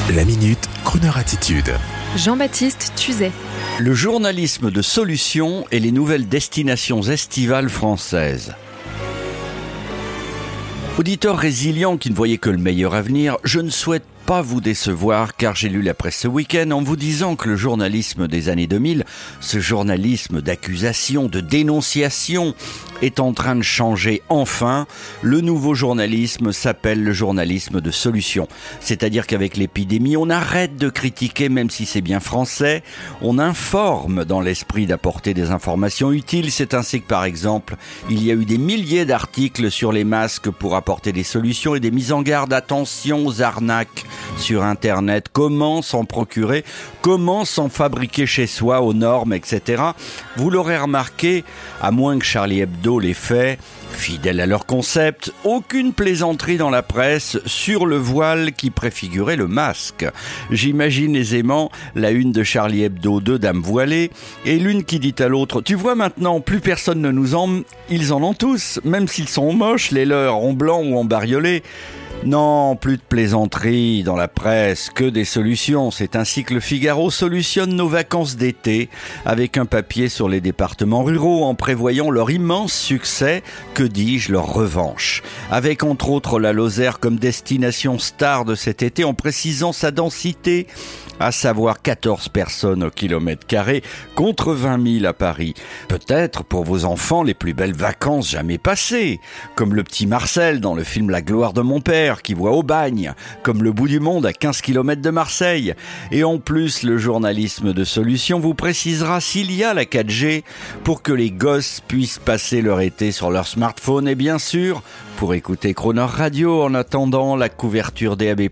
La Minute, Kroneur Attitude. Jean-Baptiste Tuzet. Le journalisme de solution et les nouvelles destinations estivales françaises. Auditeurs résilients qui ne voyaient que le meilleur avenir, je ne souhaite pas vous décevoir car j'ai lu la presse ce week-end en vous disant que le journalisme des années 2000, ce journalisme d'accusation, de dénonciation, est en train de changer enfin. Le nouveau journalisme s'appelle le journalisme de solution. C'est-à-dire qu'avec l'épidémie, on arrête de critiquer même si c'est bien français. On informe dans l'esprit d'apporter des informations utiles. C'est ainsi que par exemple, il y a eu des milliers d'articles sur les masques pour apporter des solutions et des mises en garde. Attention aux arnaques sur Internet. Comment s'en procurer? Comment s'en fabriquer chez soi aux normes, etc. Vous l'aurez remarqué, à moins que Charlie Hebdo l'ait fait, fidèles à leur concept, aucune plaisanterie dans la presse sur le voile qui préfigurait le masque. J'imagine aisément la une de Charlie Hebdo, deux dames voilées, et l'une qui dit à l'autre « Tu vois maintenant, plus personne ne nous en... Ils en ont tous, même s'ils sont moches, les leurs, en blanc ou en bariolé. » Non, plus de plaisanteries dans la presse, que des solutions. C'est ainsi que le Figaro solutionne nos vacances d'été avec un papier sur les départements ruraux en prévoyant leur immense succès, que dis-je, leur revanche. Avec entre autres la Lozère comme destination star de cet été en précisant sa densité, à savoir 14 personnes au kilomètre carré contre 20 000 à Paris. Peut-être pour vos enfants les plus belles vacances jamais passées, comme le petit Marcel dans le film La gloire de mon père qui voit Aubagne, comme le bout du monde à 15 km de Marseille. Et en plus, le journalisme de solution vous précisera s'il y a la 4G pour que les gosses puissent passer leur été sur leur smartphone et bien sûr, pour écouter Kroneur Radio en attendant la couverture DAB+,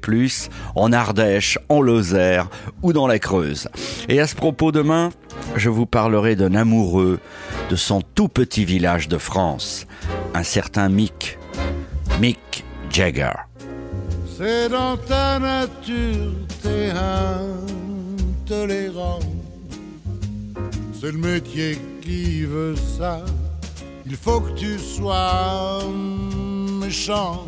en Ardèche, en Lozère ou dans la Creuse. Et à ce propos, demain, je vous parlerai d'un amoureux de son tout petit village de France, un certain Mick Jagger. C'est dans ta nature, t'es intolérant. C'est le métier qui veut ça. Il faut que tu sois méchant.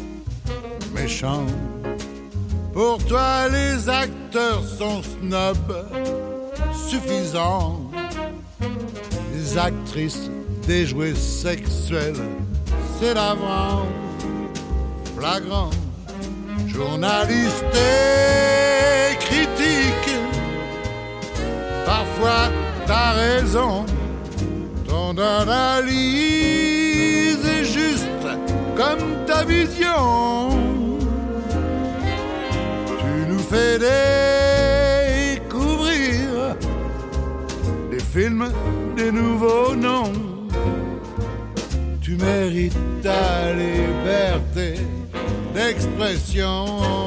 Pour toi, les acteurs sont snobs, suffisants. Les actrices, des jouets sexuels, c'est l'avant, flagrant. Journaliste et critique, parfois t'as raison. Ton analyse est juste comme ta vision. Tu nous fais découvrir des films, des nouveaux noms. Tu mérites ta liberté d'expression.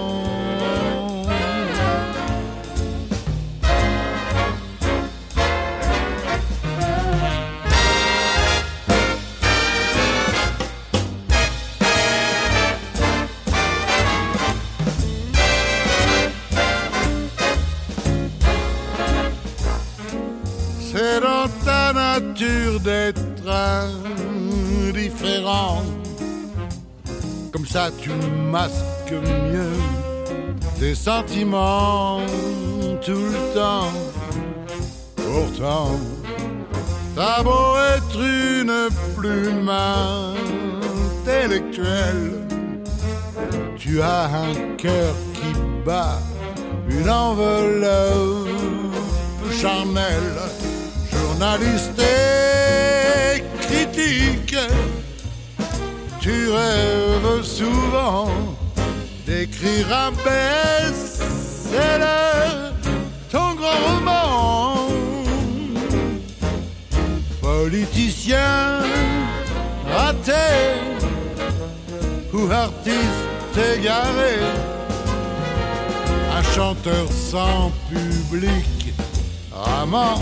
C'est dans ta nature d'être indifférent. Comme ça tu masques mieux tes sentiments tout le temps. Pourtant, t'as beau être une plume intellectuelle, tu as un cœur qui bat, une enveloppe charnelle. Journaliste et critique, tu rêves souvent d'écrire un best-seller, ton grand roman. Politicien raté ou artiste égaré, un chanteur sans public, amant.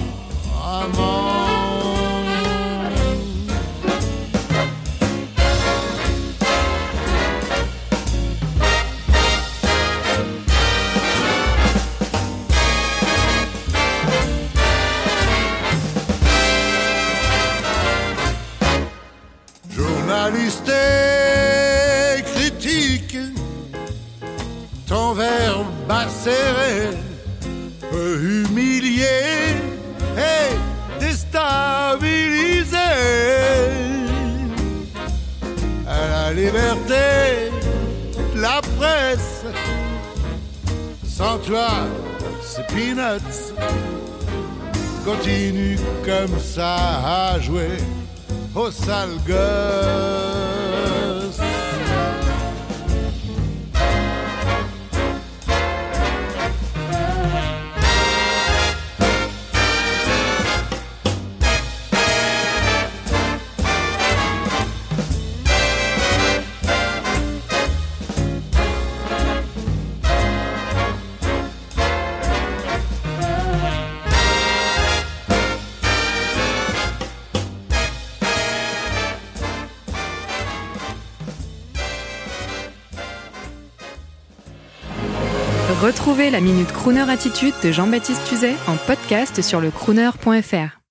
Journaliste et critique, ton verbe acéré peut humilier et déstabiliser. À la liberté, la presse, sans toi, c'est peanuts. Continue comme ça à jouer au sale gosse. Retrouvez la Minute Crooner Attitude de Jean-Baptiste Tuzet en podcast sur le crooner.fr.